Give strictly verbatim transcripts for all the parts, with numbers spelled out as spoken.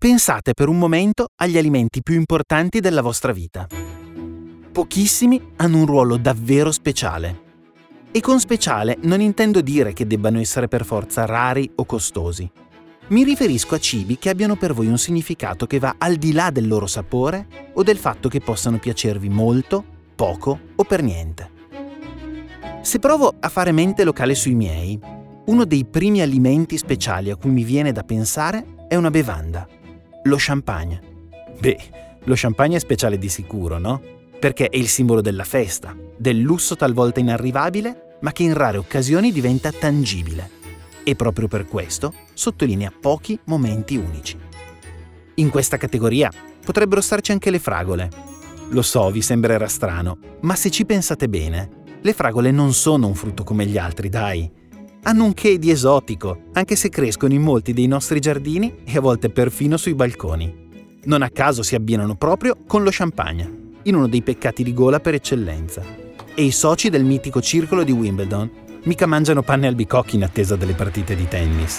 Pensate per un momento agli alimenti più importanti della vostra vita. Pochissimi hanno un ruolo davvero speciale. E con speciale non intendo dire che debbano essere per forza rari o costosi. Mi riferisco a cibi che abbiano per voi un significato che va al di là del loro sapore o del fatto che possano piacervi molto, poco o per niente. Se provo a fare mente locale sui miei, uno dei primi alimenti speciali a cui mi viene da pensare è una bevanda, lo champagne. Beh, lo champagne è speciale di sicuro, no? Perché è il simbolo della festa, del lusso talvolta inarrivabile, ma che in rare occasioni diventa tangibile. E proprio per questo sottolinea pochi momenti unici. In questa categoria potrebbero starci anche le fragole. Lo so, vi sembrerà strano, ma se ci pensate bene, le fragole non sono un frutto come gli altri, dai. Hanno un che di esotico, anche se crescono in molti dei nostri giardini e a volte perfino sui balconi. Non a caso si abbinano proprio con lo champagne, in uno dei peccati di gola per eccellenza. E i soci del mitico circolo di Wimbledon mica mangiano panne e albicocchi in attesa delle partite di tennis.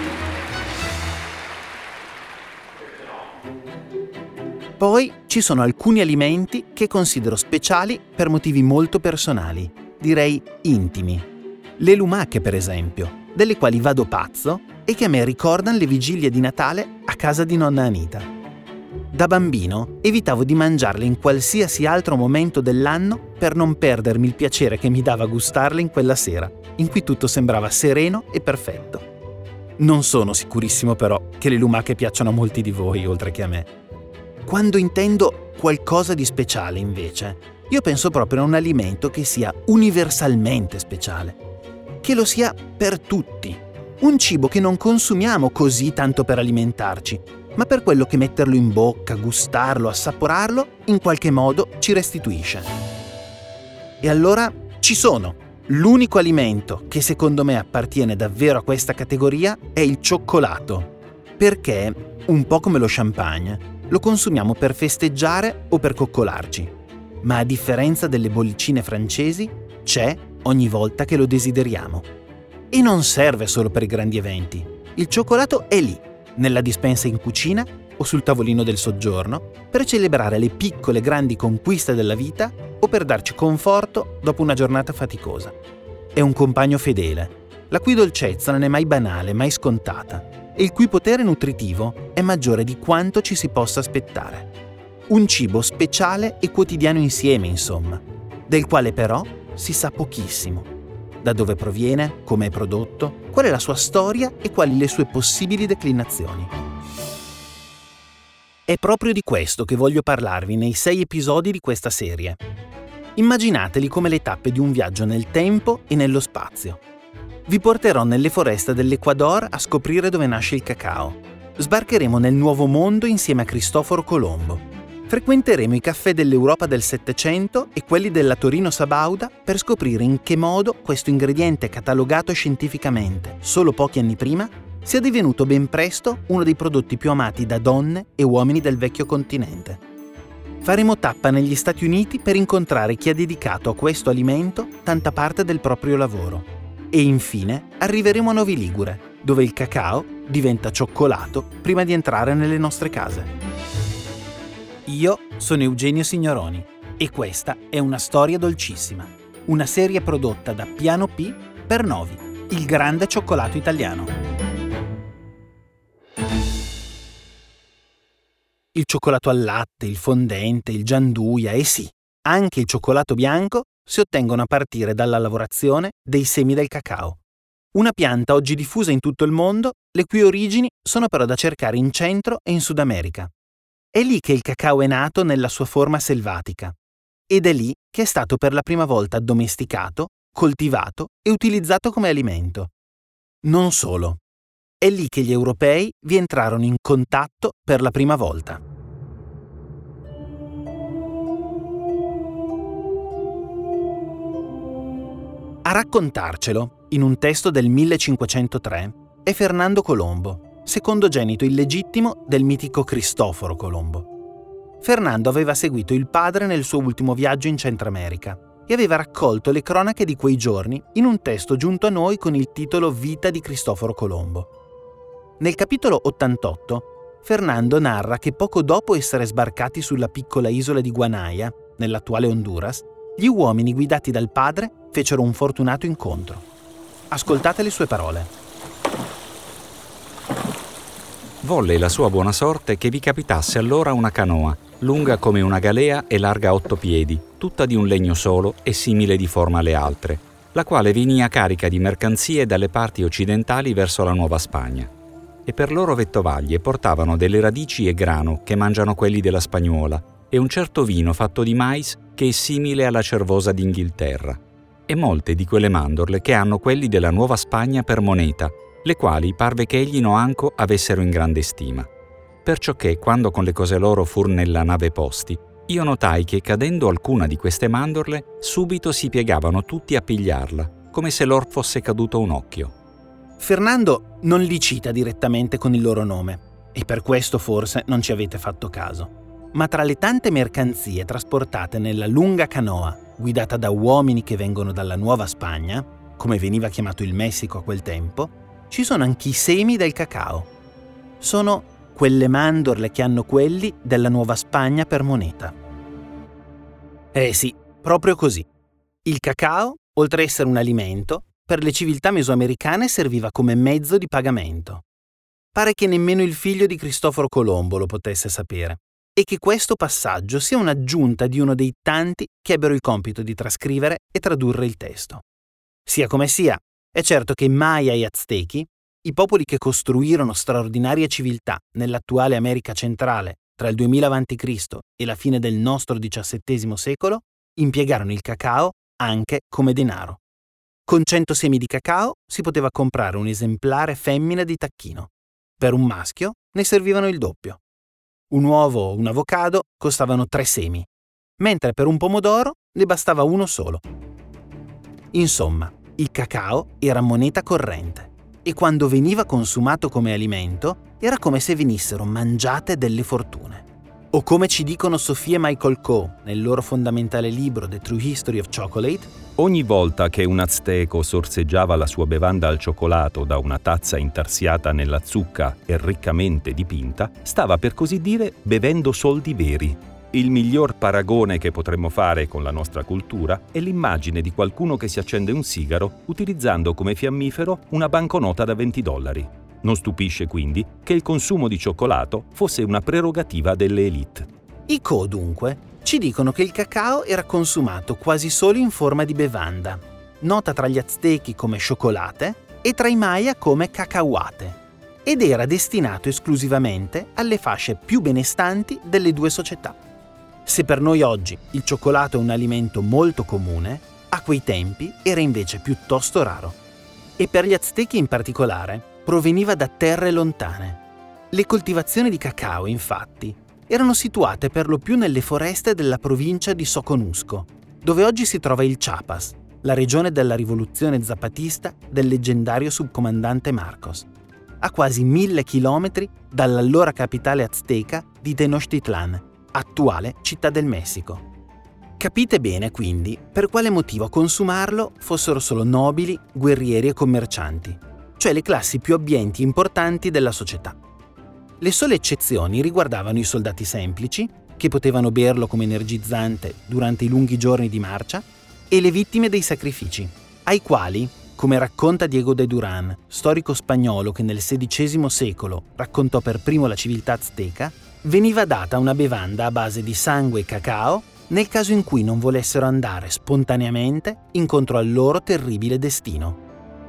Poi ci sono alcuni alimenti che considero speciali per motivi molto personali, direi intimi. Le lumache, per esempio, delle quali vado pazzo e che a me ricordano le vigilie di Natale a casa di nonna Anita. Da bambino evitavo di mangiarle in qualsiasi altro momento dell'anno per non perdermi il piacere che mi dava gustarle in quella sera, in cui tutto sembrava sereno e perfetto. Non sono sicurissimo però che le lumache piacciono a molti di voi, oltre che a me. Quando intendo qualcosa di speciale, invece, io penso proprio a un alimento che sia universalmente speciale, che lo sia per tutti. Un cibo che non consumiamo così tanto per alimentarci, ma per quello che metterlo in bocca, gustarlo, assaporarlo, in qualche modo ci restituisce. E allora ci sono. L'unico alimento che secondo me appartiene davvero a questa categoria è il cioccolato, perché, un po' come lo champagne, lo consumiamo per festeggiare o per coccolarci. Ma a differenza delle bollicine francesi, c'è ogni volta che lo desideriamo. E non serve solo per i grandi eventi. Il cioccolato è lì, nella dispensa in cucina o sul tavolino del soggiorno, per celebrare le piccole grandi conquiste della vita o per darci conforto dopo una giornata faticosa. È un compagno fedele, la cui dolcezza non è mai banale, mai scontata, e il cui potere nutritivo è maggiore di quanto ci si possa aspettare. Un cibo speciale e quotidiano insieme, insomma, del quale però si sa pochissimo. Da dove proviene, come è prodotto, qual è la sua storia e quali le sue possibili declinazioni. È proprio di questo che voglio parlarvi nei sei episodi di questa serie. Immaginateli come le tappe di un viaggio nel tempo e nello spazio. Vi porterò nelle foreste dell'Ecuador a scoprire dove nasce il cacao. Sbarcheremo nel Nuovo Mondo insieme a Cristoforo Colombo. Frequenteremo i caffè dell'Europa del Settecento e quelli della Torino Sabauda per scoprire in che modo questo ingrediente catalogato scientificamente solo pochi anni prima sia divenuto ben presto uno dei prodotti più amati da donne e uomini del vecchio continente. Faremo tappa negli Stati Uniti per incontrare chi ha dedicato a questo alimento tanta parte del proprio lavoro. E infine arriveremo a Novi Ligure, dove il cacao diventa cioccolato prima di entrare nelle nostre case. Io sono Eugenio Signoroni e questa è Una storia dolcissima, una serie prodotta da Piano P per Novi, il grande cioccolato italiano. Il cioccolato al latte, il fondente, il gianduia e sì, anche il cioccolato bianco si ottengono a partire dalla lavorazione dei semi del cacao. Una pianta oggi diffusa in tutto il mondo, le cui origini sono però da cercare in Centro e in Sud America. È lì che il cacao è nato nella sua forma selvatica ed è lì che è stato per la prima volta addomesticato, coltivato e utilizzato come alimento. Non solo, è lì che gli europei vi entrarono in contatto per la prima volta. A raccontarcelo, in un testo del millecinquecentotre, è Fernando Colombo, secondogenito illegittimo del mitico Cristoforo Colombo. Fernando aveva seguito il padre nel suo ultimo viaggio in Centro America e aveva raccolto le cronache di quei giorni in un testo giunto a noi con il titolo Vita di Cristoforo Colombo. Nel capitolo ottantotto Fernando narra che poco dopo essere sbarcati sulla piccola isola di Guanaya, nell'attuale Honduras, gli uomini guidati dal padre fecero un fortunato incontro. Ascoltate le sue parole. Volle la sua buona sorte che vi capitasse allora una canoa, lunga come una galea e larga otto piedi, tutta di un legno solo e simile di forma alle altre, la quale venia carica di mercanzie dalle parti occidentali verso la Nuova Spagna. E per loro vettovaglie portavano delle radici e grano che mangiano quelli della Spagnuola, e un certo vino fatto di mais che è simile alla cervosa d'Inghilterra, e molte di quelle mandorle che hanno quelli della Nuova Spagna per moneta, le quali parve che egli no anco avessero in grande stima. Perciò che, quando con le cose loro fur nella nave posti, io notai che cadendo alcuna di queste mandorle, subito si piegavano tutti a pigliarla, come se lor fosse caduto un occhio. Fernando non li cita direttamente con il loro nome, e per questo forse non ci avete fatto caso. Ma tra le tante mercanzie trasportate nella lunga canoa, guidata da uomini che vengono dalla Nuova Spagna, come veniva chiamato il Messico a quel tempo, ci sono anche i semi del cacao. Sono quelle mandorle che hanno quelli della Nuova Spagna per moneta. Eh sì, proprio così. Il cacao, oltre a essere un alimento, per le civiltà mesoamericane serviva come mezzo di pagamento. Pare che nemmeno il figlio di Cristoforo Colombo lo potesse sapere, e che questo passaggio sia un'aggiunta di uno dei tanti che ebbero il compito di trascrivere e tradurre il testo. Sia come sia, è certo che Maya e Aztechi, i popoli che costruirono straordinarie civiltà nell'attuale America centrale tra il duemila avanti Cristo e la fine del nostro diciassettesimo secolo, impiegarono il cacao anche come denaro. Con cento semi di cacao si poteva comprare un esemplare femmina di tacchino. Per un maschio ne servivano il doppio. Un uovo o un avocado costavano tre semi, mentre per un pomodoro ne bastava uno solo. Insomma, il cacao era moneta corrente e quando veniva consumato come alimento era come se venissero mangiate delle fortune. O come ci dicono Sophie e Michael Coe nel loro fondamentale libro The True History of Chocolate, ogni volta che un azteco sorseggiava la sua bevanda al cioccolato da una tazza intarsiata nella zucca e riccamente dipinta, stava per così dire bevendo soldi veri. Il miglior paragone che potremmo fare con la nostra cultura è l'immagine di qualcuno che si accende un sigaro utilizzando come fiammifero una banconota da venti dollari. Non stupisce quindi che il consumo di cioccolato fosse una prerogativa delle élite. I Co, dunque, ci dicono che il cacao era consumato quasi solo in forma di bevanda, nota tra gli aztechi come scioccolate e tra i Maya come cacahuate, ed era destinato esclusivamente alle fasce più benestanti delle due società. Se per noi oggi il cioccolato è un alimento molto comune, a quei tempi era invece piuttosto raro. E per gli aztechi in particolare proveniva da terre lontane. Le coltivazioni di cacao, infatti, erano situate per lo più nelle foreste della provincia di Soconusco, dove oggi si trova il Chiapas, la regione della rivoluzione zapatista del leggendario subcomandante Marcos, a quasi mille chilometri dall'allora capitale azteca di Tenochtitlan, attuale città del Messico. Capite bene, quindi, per quale motivo a consumarlo fossero solo nobili, guerrieri e commercianti, cioè le classi più abbienti e importanti della società. Le sole eccezioni riguardavano i soldati semplici, che potevano berlo come energizzante durante i lunghi giorni di marcia, e le vittime dei sacrifici, ai quali, come racconta Diego de Durán, storico spagnolo che nel sedicesimo secolo raccontò per primo la civiltà azteca, veniva data una bevanda a base di sangue e cacao nel caso in cui non volessero andare spontaneamente incontro al loro terribile destino.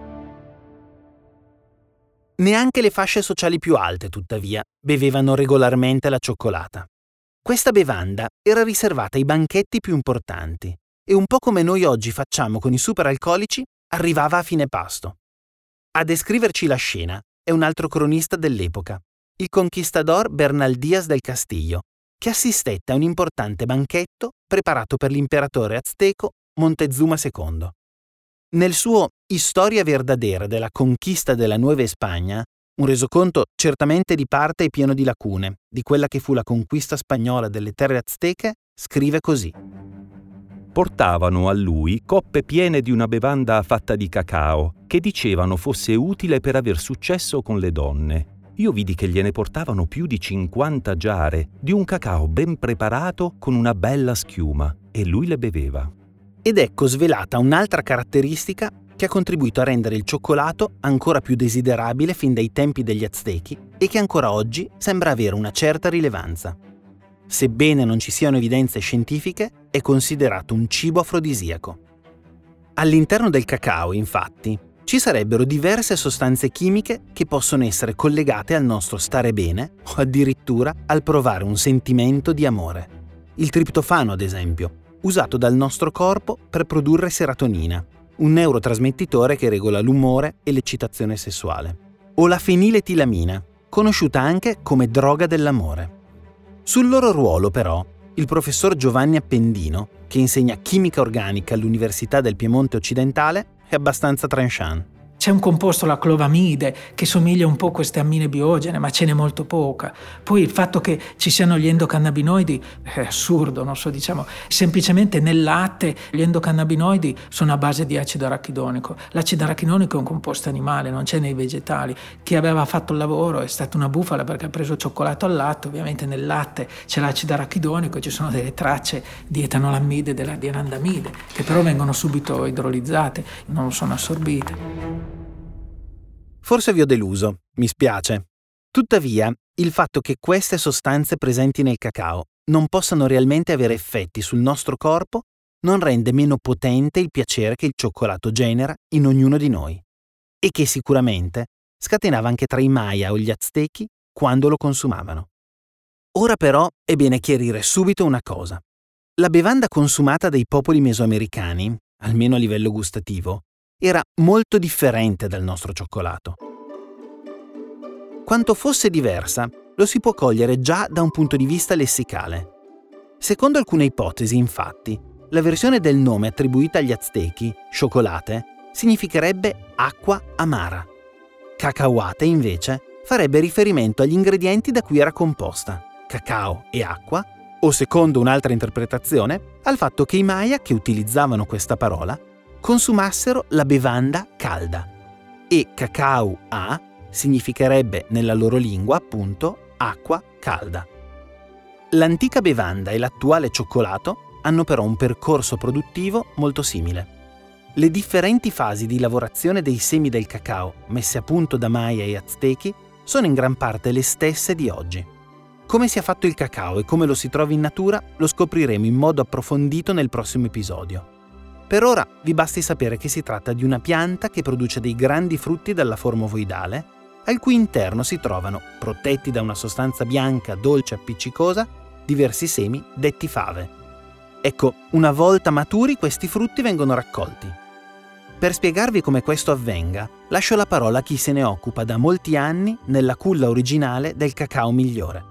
Neanche le fasce sociali più alte, tuttavia, bevevano regolarmente la cioccolata. Questa bevanda era riservata ai banchetti più importanti e, un po' come noi oggi facciamo con i superalcolici, arrivava a fine pasto. A descriverci la scena è un altro cronista dell'epoca, il conquistador Bernal Díaz del Castillo, che assistette a un importante banchetto preparato per l'imperatore azteco Montezuma secondo. Nel suo Historia verdadera della conquista della Nueva Spagna, un resoconto certamente di parte e pieno di lacune di quella che fu la conquista spagnola delle terre azteche, scrive così: portavano a lui coppe piene di una bevanda fatta di cacao, che dicevano fosse utile per aver successo con le donne. io vidi che gliene portavano più di cinquanta giare di un cacao ben preparato con una bella schiuma e lui le beveva. Ed ecco svelata un'altra caratteristica che ha contribuito a rendere il cioccolato ancora più desiderabile fin dai tempi degli Aztechi e che ancora oggi sembra avere una certa rilevanza. Sebbene non ci siano evidenze scientifiche, è considerato un cibo afrodisiaco. All'interno del cacao, infatti, ci sarebbero diverse sostanze chimiche che possono essere collegate al nostro stare bene o addirittura al provare un sentimento di amore. Il triptofano, ad esempio, usato dal nostro corpo per produrre serotonina, un neurotrasmettitore che regola l'umore e l'eccitazione sessuale. O la feniletilamina, conosciuta anche come droga dell'amore. Sul loro ruolo, però, il professor Giovanni Appendino, che insegna chimica organica all'Università del Piemonte Occidentale, è abbastanza tranchant. C'è un composto, la clovamide, che somiglia un po' a queste ammine biogene, ma ce n'è molto poca. Poi il fatto che ci siano gli endocannabinoidi è assurdo, non so, diciamo, semplicemente nel latte gli endocannabinoidi sono a base di acido arachidonico. L'acido arachidonico è un composto animale, non c'è nei vegetali. Chi aveva fatto il lavoro è stata una bufala perché ha preso cioccolato al latte, ovviamente nel latte c'è l'acido arachidonico e ci sono delle tracce di etanolamide e della di anandamide, che però vengono subito idrolizzate, non sono assorbite. Forse vi ho deluso, mi spiace. Tuttavia, il fatto che queste sostanze presenti nel cacao non possano realmente avere effetti sul nostro corpo non rende meno potente il piacere che il cioccolato genera in ognuno di noi e che sicuramente scatenava anche tra i Maya o gli Aztechi quando lo consumavano. Ora però è bene chiarire subito una cosa. La bevanda consumata dai popoli mesoamericani, almeno a livello gustativo, era molto differente dal nostro cioccolato. Quanto fosse diversa, lo si può cogliere già da un punto di vista lessicale. Secondo alcune ipotesi, infatti, la versione del nome attribuita agli Aztechi, cioccolate, significherebbe acqua amara. Cacahuate, invece, farebbe riferimento agli ingredienti da cui era composta, cacao e acqua, o secondo un'altra interpretazione, al fatto che i Maya che utilizzavano questa parola consumassero la bevanda calda e cacao a significherebbe nella loro lingua appunto acqua calda. L'antica bevanda e l'attuale cioccolato hanno però un percorso produttivo molto simile. Le differenti fasi di lavorazione dei semi del cacao messe a punto da Maya e Aztechi sono in gran parte le stesse di oggi. Come si è fatto il cacao e come lo si trova in natura lo scopriremo in modo approfondito nel prossimo episodio. Per ora vi basti sapere che si tratta di una pianta che produce dei grandi frutti dalla forma ovoidale, al cui interno si trovano, protetti da una sostanza bianca, dolce e appiccicosa, diversi semi detti fave. Ecco, una volta maturi questi frutti vengono raccolti. Per spiegarvi come questo avvenga, lascio la parola a chi se ne occupa da molti anni nella culla originale del cacao migliore.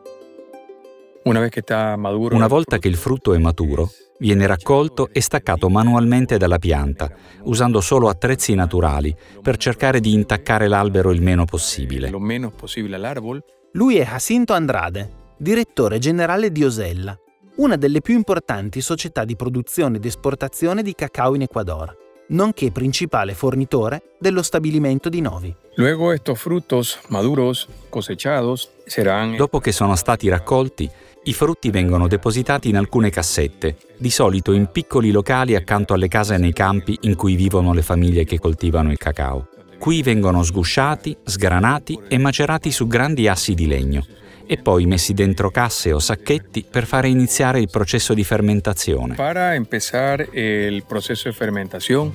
Una volta che il frutto è maturo, viene raccolto e staccato manualmente dalla pianta, usando solo attrezzi naturali per cercare di intaccare l'albero il meno possibile. Lui è Jacinto Andrade, direttore generale di Osella, una delle più importanti società di produzione ed esportazione di cacao in Ecuador, nonché principale fornitore dello stabilimento di Novi. Dopo che sono stati raccolti, i frutti vengono depositati in alcune cassette, di solito in piccoli locali accanto alle case nei campi in cui vivono le famiglie che coltivano il cacao. Qui vengono sgusciati, sgranati e macerati su grandi assi di legno e poi messi dentro casse o sacchetti per fare iniziare il processo di fermentazione. Para empezar el proceso de fermentación.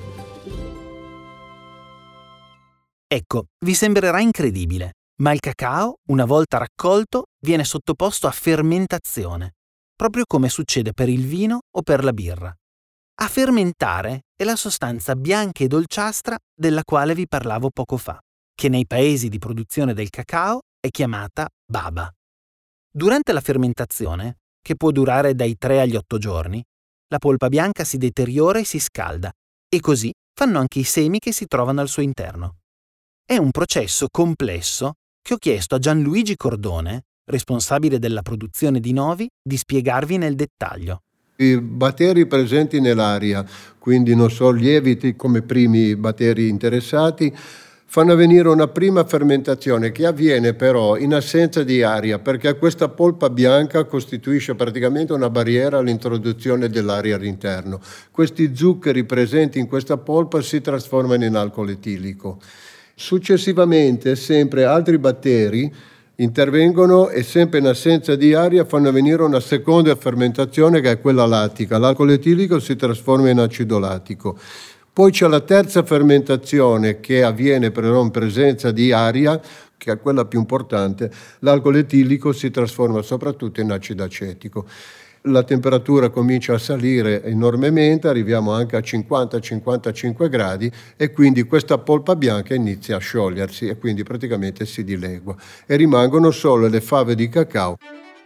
Ecco, vi sembrerà incredibile, ma il cacao, una volta raccolto, viene sottoposto a fermentazione, proprio come succede per il vino o per la birra. A fermentare è la sostanza bianca e dolciastra della quale vi parlavo poco fa, che nei paesi di produzione del cacao è chiamata baba. Durante la fermentazione, che può durare dai tre agli otto giorni, la polpa bianca si deteriora e si scalda, e così fanno anche i semi che si trovano al suo interno. È un processo complesso che ho chiesto a Gianluigi Cordone, responsabile della produzione di Novi, di spiegarvi nel dettaglio. I batteri presenti nell'aria, quindi non so, lieviti come primi batteri interessati, fanno avvenire una prima fermentazione che avviene però in assenza di aria, perché questa polpa bianca costituisce praticamente una barriera all'introduzione dell'aria all'interno. Questi zuccheri presenti in questa polpa si trasformano in alcol etilico. Successivamente sempre altri batteri intervengono e sempre in assenza di aria fanno avvenire una seconda fermentazione che è quella lattica. L'alcol etilico si trasforma in acido lattico. Poi c'è la terza fermentazione che avviene però in presenza di aria, che è quella più importante. L'alcol etilico si trasforma soprattutto in acido acetico. La temperatura comincia a salire enormemente, arriviamo anche a cinquanta cinquantacinque gradi e quindi questa polpa bianca inizia a sciogliersi e quindi praticamente si dilegua e rimangono solo le fave di cacao.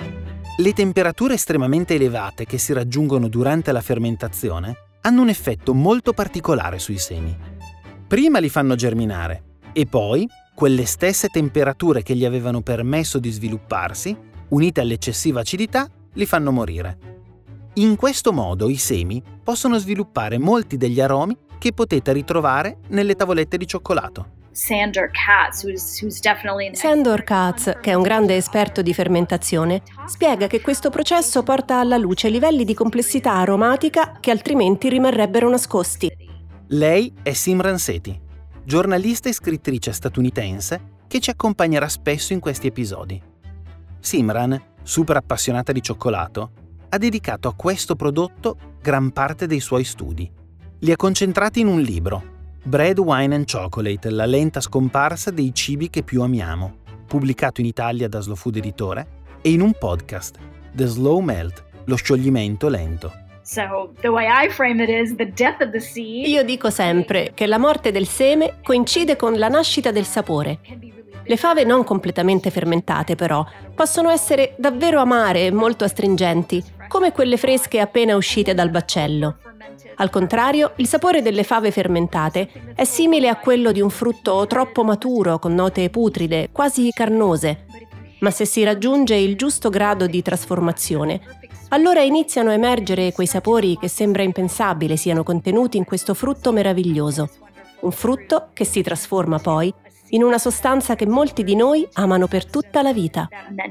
Le temperature estremamente elevate che si raggiungono durante la fermentazione hanno un effetto molto particolare sui semi. Prima li fanno germinare e poi quelle stesse temperature che gli avevano permesso di svilupparsi, unite all'eccessiva acidità, li fanno morire. In questo modo i semi possono sviluppare molti degli aromi che potete ritrovare nelle tavolette di cioccolato. Sandor Katz, who's, who's definitely an Sandor Katz, che è un grande esperto di fermentazione, spiega che questo processo porta alla luce livelli di complessità aromatica che altrimenti rimarrebbero nascosti. Lei è Simran Sethi, giornalista e scrittrice statunitense che ci accompagnerà spesso in questi episodi. Simran, super appassionata di cioccolato, ha dedicato a questo prodotto gran parte dei suoi studi. Li ha concentrati in un libro, Bread, Wine and Chocolate, la lenta scomparsa dei cibi che più amiamo, pubblicato in Italia da Slow Food Editore, e in un podcast, The Slow Melt, lo scioglimento lento. So, the way I frame it is the death of the seed. Io dico sempre che la morte del seme coincide con la nascita del sapore. Le fave non completamente fermentate, però, possono essere davvero amare e molto astringenti, come quelle fresche appena uscite dal baccello. Al contrario, il sapore delle fave fermentate è simile a quello di un frutto troppo maturo, con note putride, quasi carnose. Ma se si raggiunge il giusto grado di trasformazione, allora iniziano a emergere quei sapori che sembra impensabile siano contenuti in questo frutto meraviglioso. Un frutto che si trasforma poi in una sostanza che molti di noi amano per tutta la vita.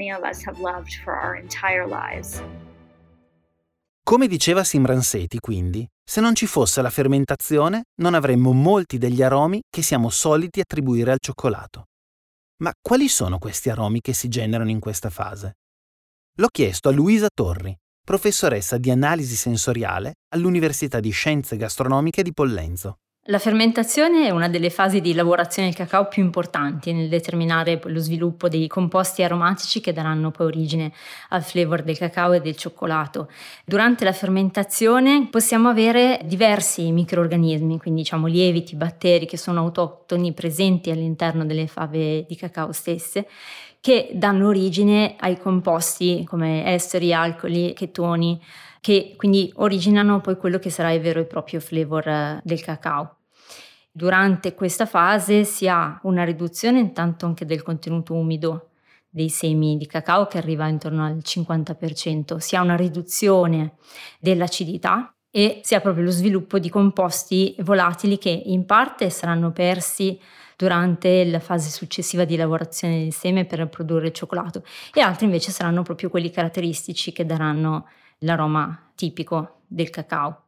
Come diceva Simran Sethi, quindi, se non ci fosse la fermentazione, non avremmo molti degli aromi che siamo soliti attribuire al cioccolato. Ma quali sono questi aromi che si generano in questa fase? L'ho chiesto a Luisa Torri, professoressa di analisi sensoriale all'Università di Scienze Gastronomiche di Pollenzo. La fermentazione è una delle fasi di lavorazione del cacao più importanti nel determinare lo sviluppo dei composti aromatici che daranno poi origine al flavor del cacao e del cioccolato. Durante la fermentazione possiamo avere diversi microrganismi, quindi diciamo lieviti, batteri che sono autoctoni presenti all'interno delle fave di cacao stesse, che danno origine ai composti come esteri, alcoli, chetoni, che quindi originano poi quello che sarà il vero e proprio flavor del cacao. Durante questa fase si ha una riduzione intanto anche del contenuto umido dei semi di cacao che arriva intorno al cinquanta per cento, si ha una riduzione dell'acidità e si ha proprio lo sviluppo di composti volatili che in parte saranno persi durante la fase successiva di lavorazione del seme per produrre il cioccolato e altri invece saranno proprio quelli caratteristici che daranno l'aroma tipico del cacao.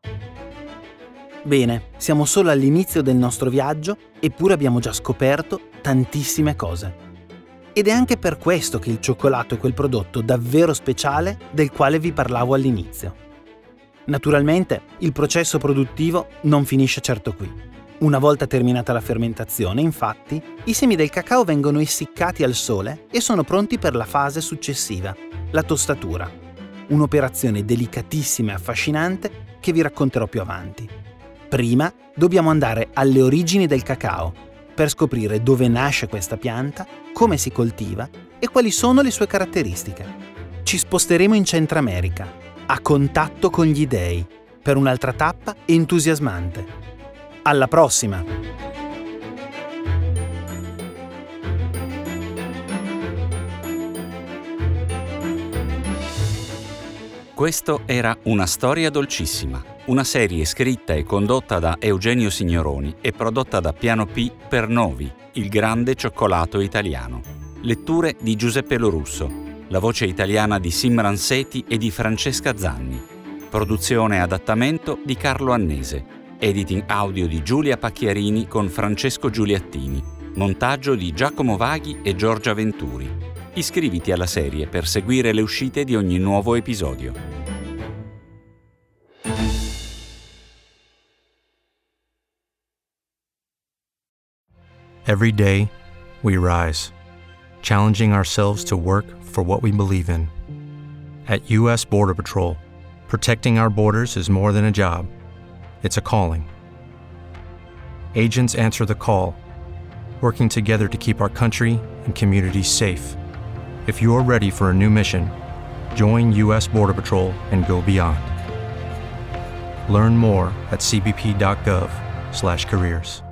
Bene, siamo solo all'inizio del nostro viaggio, eppure abbiamo già scoperto tantissime cose. Ed è anche per questo che il cioccolato è quel prodotto davvero speciale del quale vi parlavo all'inizio. Naturalmente, il processo produttivo non finisce certo qui. Una volta terminata la fermentazione, infatti, i semi del cacao vengono essiccati al sole e sono pronti per la fase successiva, la tostatura. Un'operazione delicatissima e affascinante che vi racconterò più avanti. Prima dobbiamo andare alle origini del cacao per scoprire dove nasce questa pianta, come si coltiva e quali sono le sue caratteristiche. Ci sposteremo in Centro America, a contatto con gli dei, per un'altra tappa entusiasmante. Alla prossima! Questo era Una storia dolcissima, una serie scritta e condotta da Eugenio Signoroni e prodotta da Piano P per Novi, il grande cioccolato italiano. Letture di Giuseppe Lorusso, la voce italiana di Simran Seti e di Francesca Zanni. Produzione e adattamento di Carlo Annese. Editing audio di Giulia Pacchiarini con Francesco Giuliattini. Montaggio di Giacomo Vaghi e Giorgia Venturi. Iscriviti alla serie per seguire le uscite di ogni nuovo episodio. Every day, we rise, challenging ourselves to work for what we believe in. At U S Border Patrol, protecting our borders is more than a job. It's a calling. Agents answer the call, working together to keep our country and communities safe. If you're ready for a new mission, join U S Border Patrol and go beyond. Learn more at c b p dot gov slash careers.